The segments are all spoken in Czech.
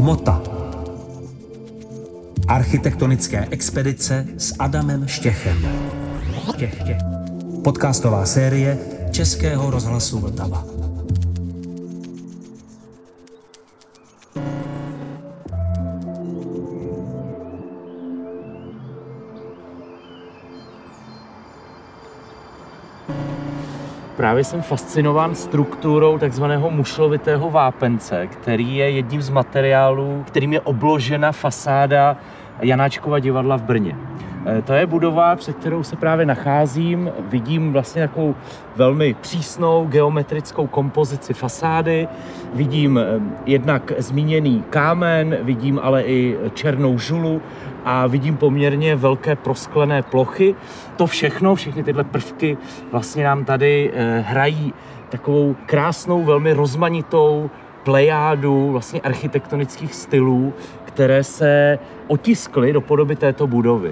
Hmota. Architektonické expedice s Adamem Štěchem. Podcastová série Českého rozhlasu Vltava. Právě jsem fascinován strukturou takzvaného mušlovitého vápence, který je jedním z materiálů, kterým je obložena fasáda Janáčkova divadla v Brně. To je budova, před kterou se právě nacházím. Vidím vlastně takovou velmi přísnou geometrickou kompozici fasády. Vidím jednak zmíněný kámen, vidím ale i černou žulu a vidím poměrně velké prosklené plochy. To všechny tyhle prvky vlastně nám tady hrají takovou krásnou, velmi rozmanitou plejádu vlastně architektonických stylů, které se otiskly do podoby této budovy.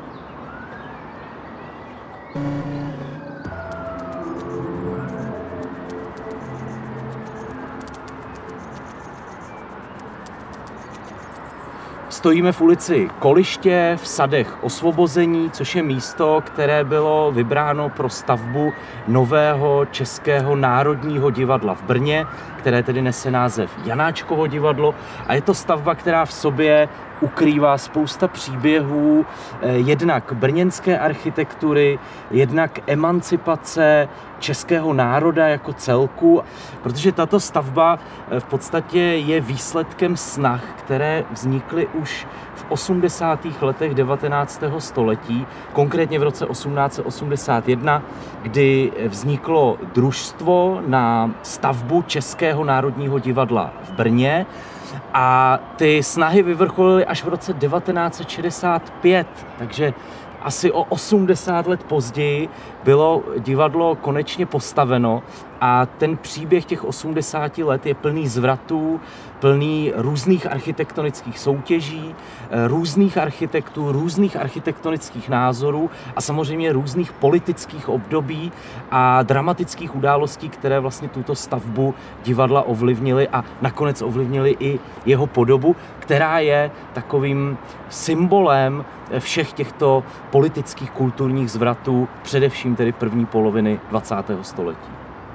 Stojíme v ulici Koliště v sadech Osvobození, což je místo, které bylo vybráno pro stavbu nového Českého národního divadla v Brně, které tedy nese název Janáčkovo divadlo. A je to stavba, která v sobě ukrývá spousta příběhů, jednak brněnské architektury, jednak emancipace českého národa jako celku, protože tato stavba v podstatě je výsledkem snah, které vznikly už v 80. letech 19. století, konkrétně v roce 1881, kdy vzniklo družstvo na stavbu Českého národního divadla v Brně. A ty snahy vyvrcholily až v roce 1965, takže asi o 80 let později bylo divadlo konečně postaveno a ten příběh těch 80 let je plný zvratů, plný různých architektonických soutěží, různých architektů, různých architektonických názorů a samozřejmě různých politických období a dramatických událostí, které vlastně tuto stavbu divadla ovlivnily a nakonec ovlivnily i jeho podobu, která je takovým symbolem všech těchto politických, kulturních zvratů, především tedy první poloviny 20. století.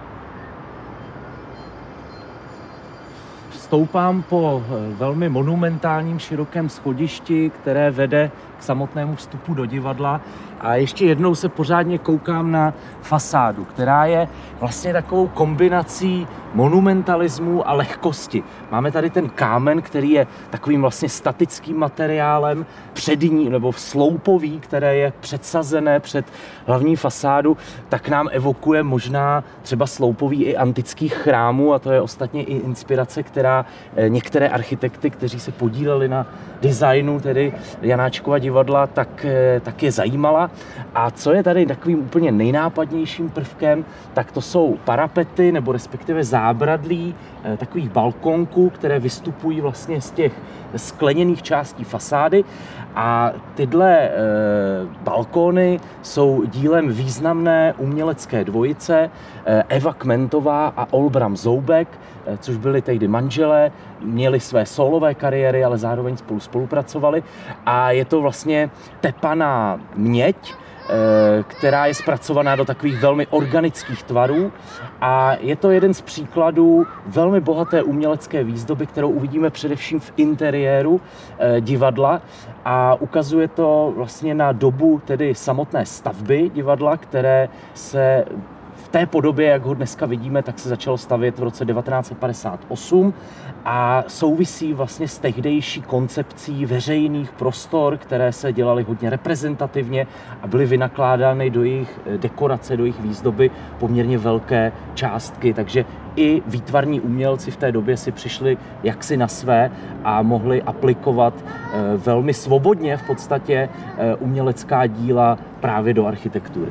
Stoupám po velmi monumentálním širokém schodišti, které vede k samotnému vstupu do divadla a ještě jednou se pořádně koukám na fasádu, která je vlastně takovou kombinací monumentalismu a lehkosti. Máme tady ten kámen, který je takovým vlastně statickým materiálem, přední nebo sloupový, které je předsazené před hlavní fasádu, tak nám evokuje možná třeba sloupový i antických chrámů a to je ostatně i inspirace, která některé architekty, kteří se podíleli na designu tedy Janáčkova divadla, tak je zajímala. A co je tady takovým úplně nejnápadnějším prvkem, tak to jsou parapety nebo respektive zábradlí takových balkónků, které vystupují vlastně z těch skleněných částí fasády a tyhle balkóny jsou dílem významné umělecké dvojice Eva Kmentová a Olbram Zoubek, což byli tehdy manželé, měli své solové kariéry, ale zároveň spolu spolupracovali a je to vlastně tepaná měď, která je zpracovaná do takových velmi organických tvarů a je to jeden z příkladů velmi bohaté umělecké výzdoby, kterou uvidíme především v interiéru divadla a ukazuje to vlastně na dobu tedy samotné stavby divadla, které se v té podobě, jak ho dneska vidíme, tak se začalo stavět v roce 1958 a souvisí vlastně s tehdejší koncepcí veřejných prostor, které se dělaly hodně reprezentativně a byly vynakládány do jejich dekorace, do jejich výzdoby poměrně velké částky, takže i výtvarní umělci v té době si přišli jaksi na své a mohli aplikovat velmi svobodně v podstatě umělecká díla právě do architektury.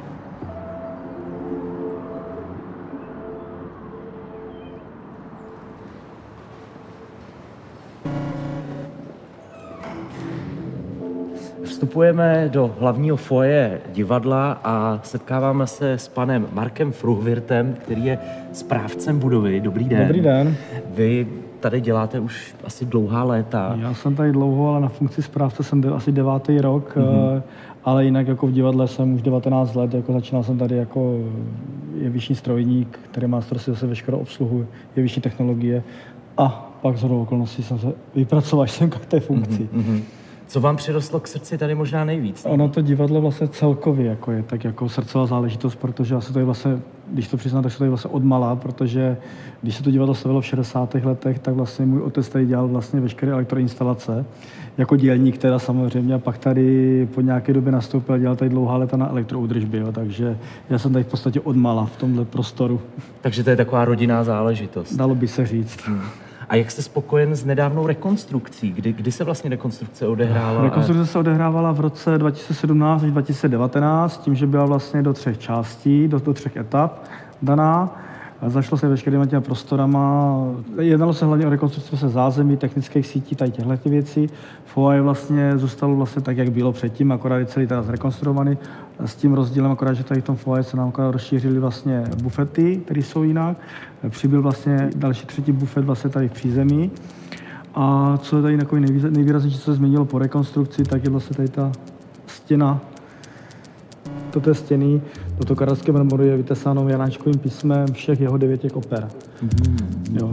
Vstupujeme do hlavního foyer divadla a setkáváme se s panem Markem Fruhvirtem, který je správcem budovy. Dobrý den. Dobrý den. Vy tady děláte už asi dlouhá léta. Já jsem tady dlouho, ale na funkci správce jsem byl asi 9. rok, ale jinak jako v divadle jsem už 19 let, jako začínal jsem tady jako jevištní strojník, který má starosti zase veškerou obsluhu, jevištní technologie a pak shodou okolností jsem se vypracoval, až jsem k té funkci. Co vám přirostlo k srdci tady možná nejvíc? Ono to divadlo vlastně celkově jako je tak jako srdcová záležitost, protože já se tady vlastně, když to přiznám, tak se tady vlastně odmala, protože když se to divadlo stavilo v 60. letech, tak vlastně můj otec tady dělal vlastně veškeré elektroinstalace jako dělník teda samozřejmě a pak tady po nějaké době nastoupil a dělal tady dlouhá léta na elektroúdržbě, takže já jsem tady v podstatě odmala v tomhle prostoru. Takže to je taková rodinná záležitost. Dalo by se říct. A jak jste spokojen s nedávnou rekonstrukcí? Kdy se vlastně rekonstrukce odehrála? Rekonstrukce se odehrávala v roce 2017 až 2019, tím, že byla vlastně do 3 částí, do 3 etap daná. Začalo se veškerými těmi prostorama. Jednalo se hlavně o rekonstrukci se zázemí, technických sítí, tady těchto věcí. Foyer vlastně zůstalo vlastně tak, jak bylo předtím, akorát je celý teda zrekonstruovaný. S tím rozdílem, akorát, že tady v tom foyer se nám akorát rozšířily vlastně bufety, které jsou jinak. Přibyl vlastně další 3. bufet vlastně tady v přízemí. A co je tady nejvýraznější, co se změnilo po rekonstrukci, tak je vlastně tady ta stěna. Toto je stěny, toto karelské mramoru je vytesáno janáčkovým písmem všech jeho 9 oper. Jo.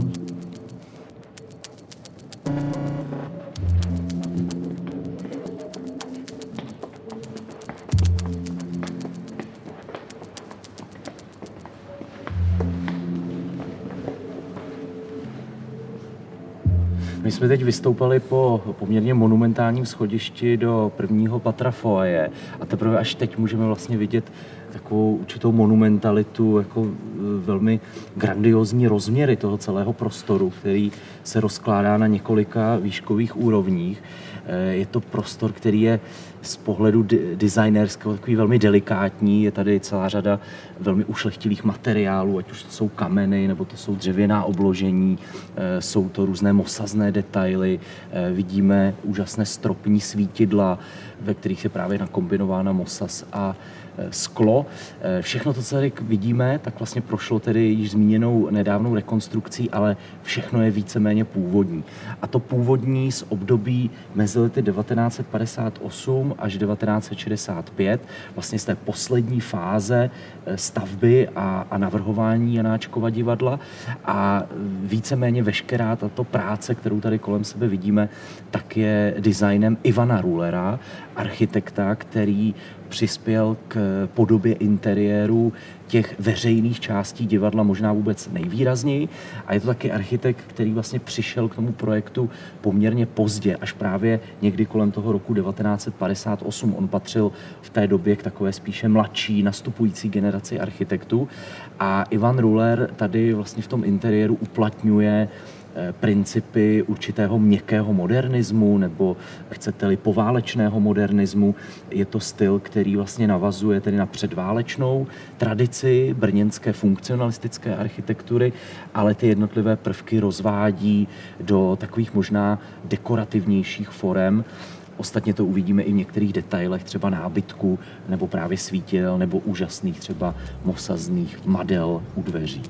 My jsme teď vystoupali po poměrně monumentálním schodišti do 1. patra foyer a teprve až teď můžeme vlastně vidět takovou určitou monumentalitu, jako velmi grandiózní rozměry toho celého prostoru, který se rozkládá na několika výškových úrovních. Je to prostor, který je z pohledu designerského takový velmi delikátní. Je tady celá řada velmi ušlechtilých materiálů, ať už to jsou kameny, nebo to jsou dřevěná obložení, jsou to různé mosazné detaily, vidíme úžasné stropní svítidla, ve kterých je právě nakombinována mosaz a sklo. Všechno to, co tady vidíme, tak vlastně prošlo tedy již zmíněnou nedávnou rekonstrukcí, ale všechno je víceméně původní. A to původní z období mezi lety 1958 až 1965, vlastně z té poslední fáze stavby a navrhování Janáčkova divadla. A víceméně veškerá tato práce, kterou tady kolem sebe vidíme, tak je designem Ivana Rulera, architekta, který přispěl k podobě interiéru těch veřejných částí divadla možná vůbec nejvýrazněji. A je to taky architekt, který vlastně přišel k tomu projektu poměrně pozdě, až právě někdy kolem toho roku 1958. On patřil v té době k takové spíše mladší, nastupující generaci architektů. A Ivan Ruler tady vlastně v tom interiéru uplatňuje principy určitého měkkého modernismu nebo chcete-li poválečného modernismu. Je to styl, který vlastně navazuje tedy na předválečnou tradici brněnské funkcionalistické architektury, ale ty jednotlivé prvky rozvádí do takových možná dekorativnějších forem. Ostatně to uvidíme i v některých detailech, třeba nábytku, nebo právě svítil, nebo úžasných třeba mosazných madel u dveří.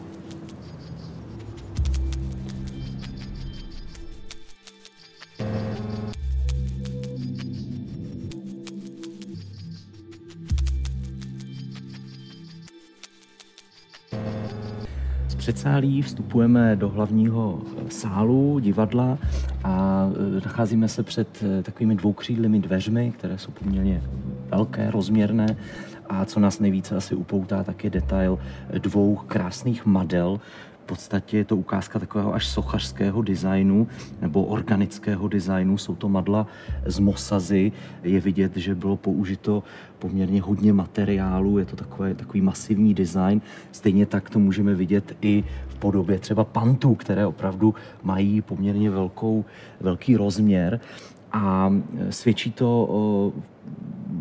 Předsálí vstupujeme do hlavního sálu divadla a nacházíme se před takovými dvoukřídlými dveřmi, které jsou poměrně velké, rozměrné. A co nás nejvíce asi upoutá, tak je detail 2 krásných madel. V podstatě je to ukázka takového až sochařského designu nebo organického designu. Jsou to madla z mosazy. Je vidět, že bylo použito poměrně hodně materiálu. Je to takový masivní design. Stejně tak to můžeme vidět i v podobě třeba pantů, které opravdu mají poměrně velký rozměr. A svědčí to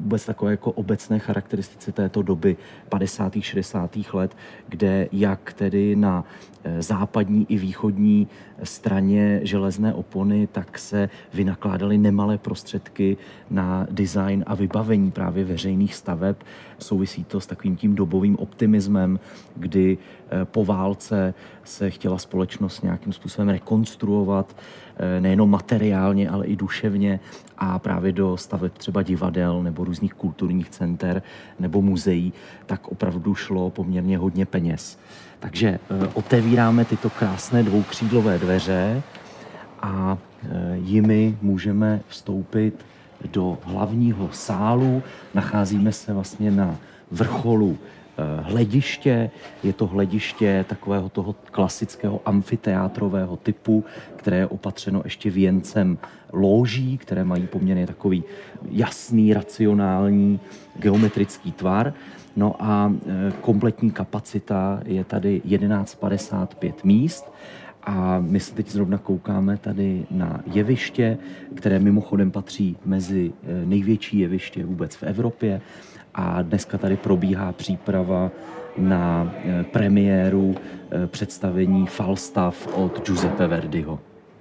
vůbec takové jako obecné charakteristice této doby 50. 60. let, kde jak tedy na západní i východní straně železné opony, tak se vynakládaly nemalé prostředky na design a vybavení právě veřejných staveb. Souvisí to s takovým tím dobovým optimismem, kdy po válce se chtěla společnost nějakým způsobem rekonstruovat, nejenom materiálně, ale i duševně, a právě do staveb třeba divadel nebo různých kulturních center nebo muzeí, tak opravdu šlo poměrně hodně peněz. Takže otevíráme tyto krásné dvoukřídlové dveře a jimi můžeme vstoupit do hlavního sálu. Nacházíme se vlastně na vrcholu hlediště. Je to hlediště takového toho klasického amfiteátrového typu, které je opatřeno ještě věncem lóží, které mají poměrně takový jasný, racionální, geometrický tvar. No a kompletní kapacita je tady 1155 míst. A my se teď zrovna koukáme tady na jeviště, které mimochodem patří mezi největší jeviště vůbec v Evropě. A dneska tady probíhá příprava na premiéru představení Falstaff od Giuseppe Verdiho.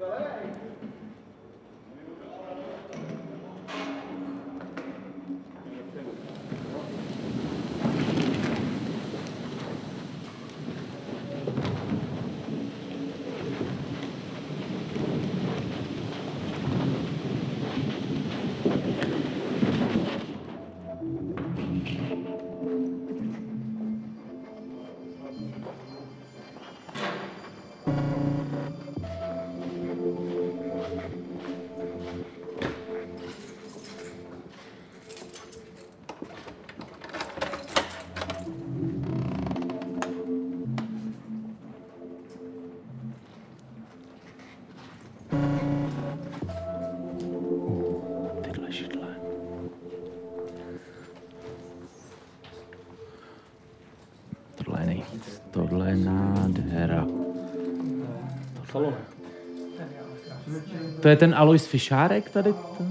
Tohle je nádhera. To je ten Alois Fišárek tady?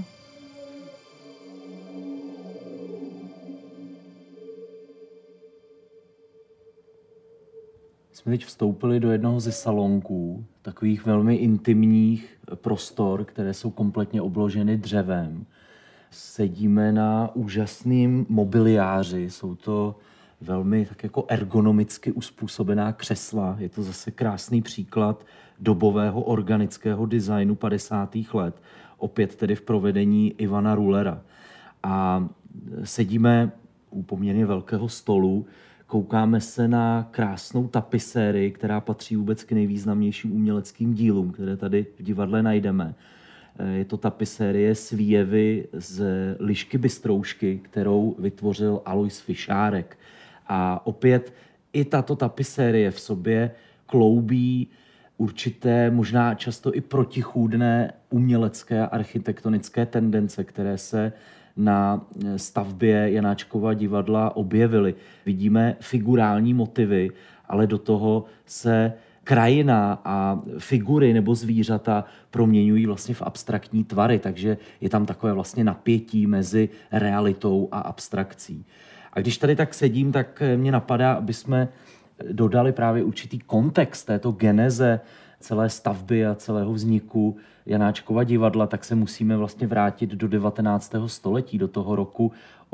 Jsme teď vstoupili do jednoho ze salonků, takových velmi intimních prostor, které jsou kompletně obloženy dřevem. Sedíme na úžasným mobiliáři, jsou to velmi tak jako ergonomicky uspůsobená křesla. Je to zase krásný příklad dobového organického designu 50. let. Opět tedy v provedení Ivana Rullera. A sedíme u poměrně velkého stolu, koukáme se na krásnou tapisérii, která patří vůbec k nejvýznamnějším uměleckým dílům, které tady v divadle najdeme. Je to tapisérie Svíjevy z Lišky Bystroušky, kterou vytvořil Alois Fišárek. A opět i tato tapisérie v sobě kloubí určité, možná často i protichůdné umělecké a architektonické tendence, které se na stavbě Janáčkova divadla objevily. Vidíme figurální motivy, ale do toho se krajina a figury nebo zvířata proměňují vlastně v abstraktní tvary, takže je tam takové vlastně napětí mezi realitou a abstrakcí. A když tady tak sedím, tak mě napadá, aby jsme dodali právě určitý kontext této geneze celé stavby a celého vzniku Janáčkova divadla, tak se musíme vlastně vrátit do 19. století, do toho roku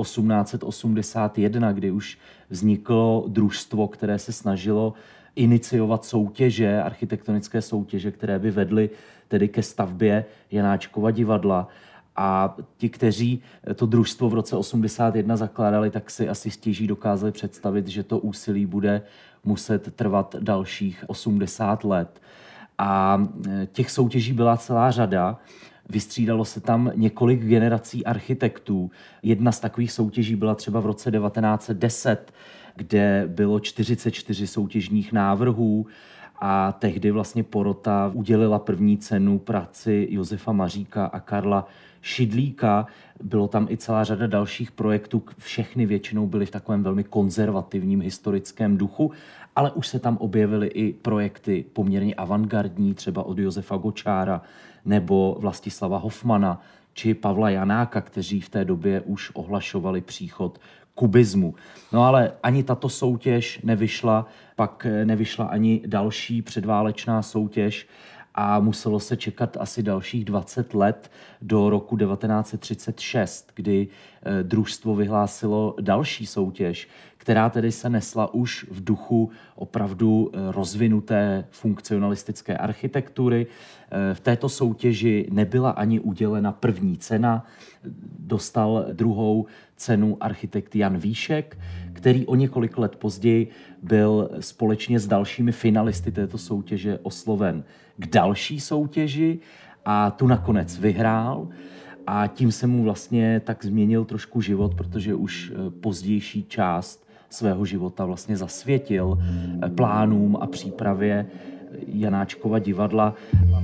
1881, kdy už vzniklo družstvo, které se snažilo iniciovat soutěže, architektonické soutěže, které by vedly tedy ke stavbě Janáčkova divadla. A ti, kteří to družstvo v roce 81 zakládali, tak si asi stěží dokázali představit, že to úsilí bude muset trvat dalších 80 let. A těch soutěží byla celá řada. Vystřídalo se tam několik generací architektů. Jedna z takových soutěží byla třeba v roce 1910, kde bylo 44 soutěžních návrhů a tehdy vlastně porota udělila první cenu práci Josefa Maříka a Karla Šidlíka. Bylo tam i celá řada dalších projektů, všechny většinou byly v takovém velmi konzervativním historickém duchu, ale už se tam objevily i projekty poměrně avantgardní, třeba od Josefa Gočára nebo Vlastislava Hofmana, či Pavla Janáka, kteří v té době už ohlašovali příchod kubismu. No ale ani tato soutěž nevyšla, pak nevyšla ani další předválečná soutěž a muselo se čekat asi dalších 20 let do roku 1936, kdy družstvo vyhlásilo další soutěž, která tedy se nesla už v duchu opravdu rozvinuté funkcionalistické architektury. V této soutěži nebyla ani udělena první cena, dostal druhou cenu architekt Jan Víšek, který o několik let později byl společně s dalšími finalisty této soutěže osloven k další soutěži a tu nakonec vyhrál. A tím se mu vlastně tak změnil trošku život, protože už pozdější část svého života vlastně zasvětil plánům a přípravě Janáčkova divadla.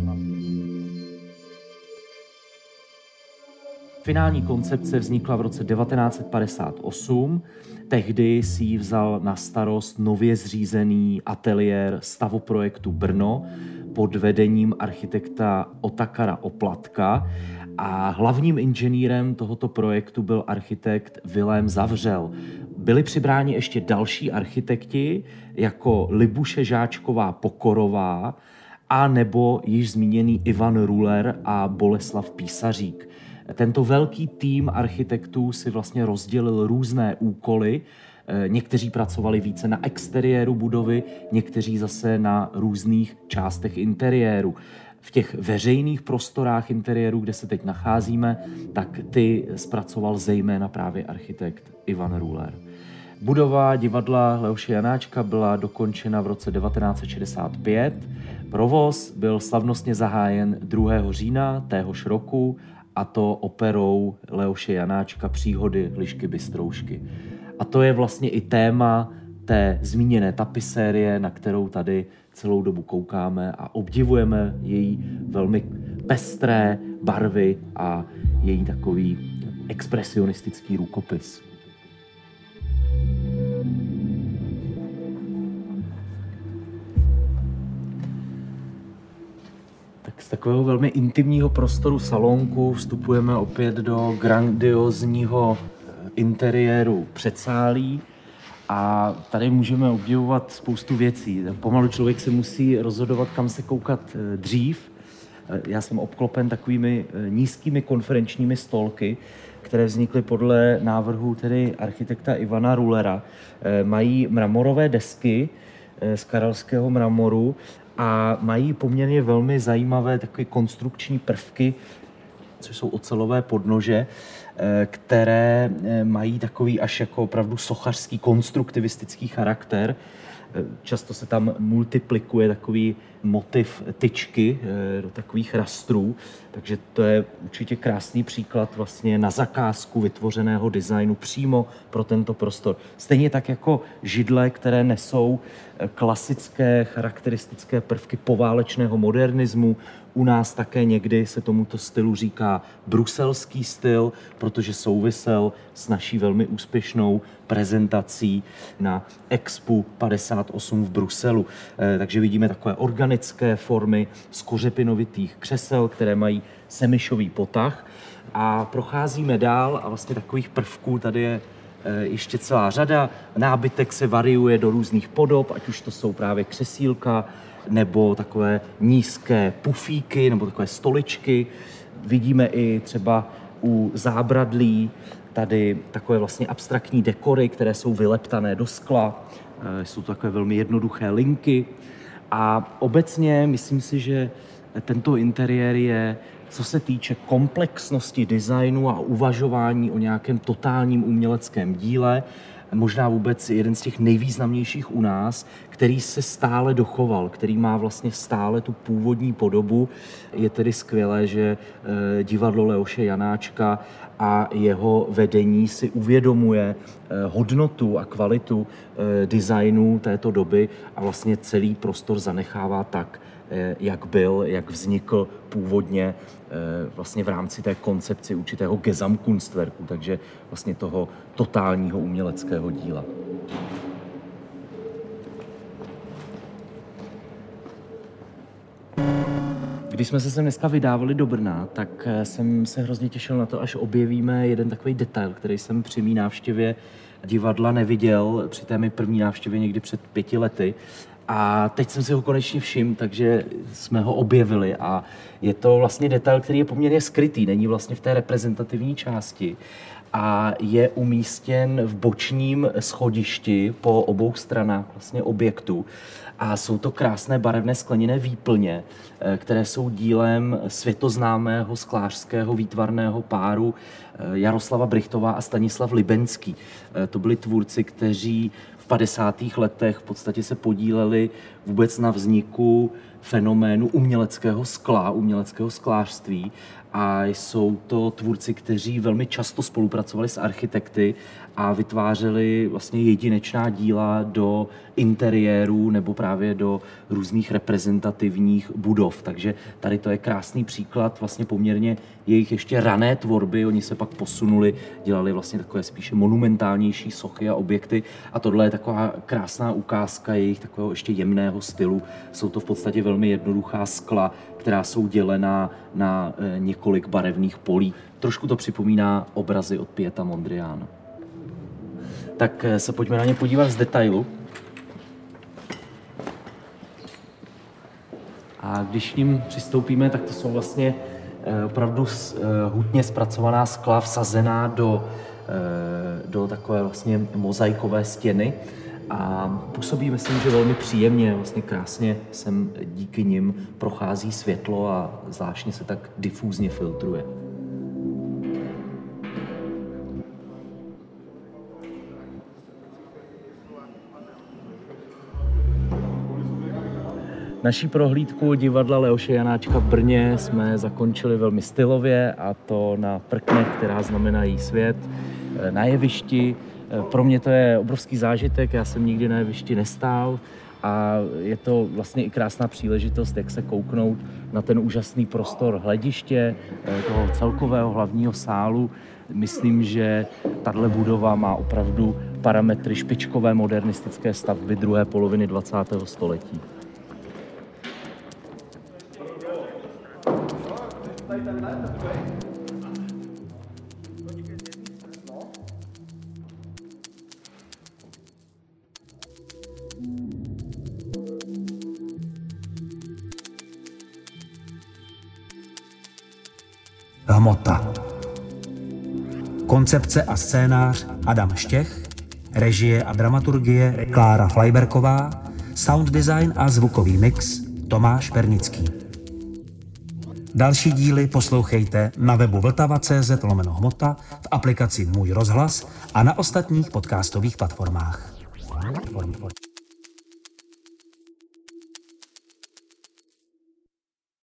Finální koncepce vznikla v roce 1958. Tehdy si ji vzal na starost nově zřízený ateliér Stavoprojektu Brno pod vedením architekta Otakara Oplatka a hlavním inženýrem tohoto projektu byl architekt Vilém Zavřel. Byli přibráni ještě další architekti, jako Libuše Žáčková Pokorová a nebo již zmíněný Ivan Ruler a Boleslav Písařík. Tento velký tým architektů si vlastně rozdělil různé úkoly. Někteří pracovali více na exteriéru budovy, někteří zase na různých částech interiéru. V těch veřejných prostorách interiéru, kde se teď nacházíme, tak ty zpracoval zejména právě architekt Ivan Ruler. Budova divadla Leoše Janáčka byla dokončena v roce 1965. Provoz byl slavnostně zahájen 2. října téhož roku, a to operou Leoše Janáčka Příhody Lišky Bystroušky. A to je vlastně i téma té zmíněné tapisérie, na kterou tady celou dobu koukáme a obdivujeme její velmi pestré barvy a její takový expresionistický rukopis. Z takového velmi intimního prostoru salonku vstupujeme opět do grandiozního interiéru předsálí a tady můžeme obdivovat spoustu věcí. Pomalu člověk se musí rozhodovat, kam se koukat dřív. Já jsem obklopen takovými nízkými konferenčními stolky, které vznikly podle návrhu tedy architekta Ivana Rulera. Mají mramorové desky z karelského mramoru a mají poměrně velmi zajímavé takové konstrukční prvky, což jsou ocelové podnože, které mají takový až jako opravdu sochařský, konstruktivistický charakter. Často se tam multiplikuje takový motiv tyčky do takových rastrů, takže to je určitě krásný příklad vlastně na zakázku vytvořeného designu přímo pro tento prostor. Stejně tak jako židle, které nesou klasické charakteristické prvky poválečného modernismu. U nás také někdy se tomuto stylu říká bruselský styl, protože souvisel s naší velmi úspěšnou prezentací na Expu 58 v Bruselu. Takže vidíme takové organické formy z kořepinovitých křesel, které mají semišový potah. A procházíme dál a vlastně takových prvků tady je ještě celá řada. Nábytek se variuje do různých podob, ať už to jsou právě křesílka, nebo takové nízké pufíky, nebo takové stoličky. Vidíme i třeba u zábradlí tady takové vlastně abstraktní dekory, které jsou vyleptané do skla. Jsou to takové velmi jednoduché linky. A obecně myslím si, že tento interiér je, co se týče komplexnosti designu a uvažování o nějakém totálním uměleckém díle, možná vůbec jeden z těch nejvýznamnějších u nás, který se stále dochoval, který má vlastně stále tu původní podobu. Je tedy skvělé, že divadlo Leoše Janáčka a jeho vedení si uvědomuje hodnotu a kvalitu designu této doby a vlastně celý prostor zanechává tak, jak byl, jak vznikl původně vlastně v rámci té koncepci určitého Gesamtkunstwerku, takže vlastně toho totálního uměleckého díla. Když jsme se sem dneska vydávali do Brna, tak jsem se hrozně těšil na to, až objevíme jeden takový detail, který jsem při mý návštěvě divadla neviděl, při té mé první návštěvě někdy před 5 lety. A teď jsem si ho konečně všiml, takže jsme ho objevili a je to vlastně detail, který je poměrně skrytý, není vlastně v té reprezentativní části a je umístěn v bočním schodišti po obou stranách vlastně objektu. A jsou to krásné barevné skleněné výplně, které jsou dílem světoznámého sklářského výtvarného páru Jaroslava Brychtová a Stanislav Libenský. To byli tvůrci, kteří v 50. letech v podstatě se podíleli vůbec na vzniku fenoménu uměleckého skla, uměleckého sklářství. A jsou to tvůrci, kteří velmi často spolupracovali s architekty a vytvářeli vlastně jedinečná díla do interiérů nebo právě do různých reprezentativních budov. Takže tady to je krásný příklad vlastně poměrně jejich ještě rané tvorby. Oni se pak posunuli, dělali vlastně takové spíše monumentálnější sochy a objekty a tohle je taková krásná ukázka jejich takového ještě jemného stylu. Jsou to v podstatě velmi jednoduchá skla, která jsou dělená na několik barevných polí. Trošku to připomíná obrazy od Pieta Mondriana. Tak se pojďme na ně podívat z detailu. A když k ním přistoupíme, tak to jsou vlastně opravdu hutně zpracovaná skla vsazená do takové vlastně mozaikové stěny. A působí, myslím, že velmi příjemně, vlastně krásně sem díky nim prochází světlo a zvláštně se tak difúzně filtruje. Naší prohlídku divadla Leoše Janáčka v Brně jsme zakončili velmi stylově, a to na prknech, která znamenají svět, na jevišti. Pro mě to je obrovský zážitek, já jsem nikdy na jevišti nestál a je to vlastně i krásná příležitost, jak se kouknout na ten úžasný prostor hlediště toho celkového hlavního sálu. Myslím, že tato budova má opravdu parametry špičkové modernistické stavby druhé poloviny 20. století. Hmota. Koncepce a scénář Adam Štěch, režie a dramaturgie Klára Flajberková, sound design a zvukový mix Tomáš Pernický. Další díly poslouchejte na webu vltava.cz/hmota, v aplikaci Můj rozhlas a na ostatních podcastových platformách.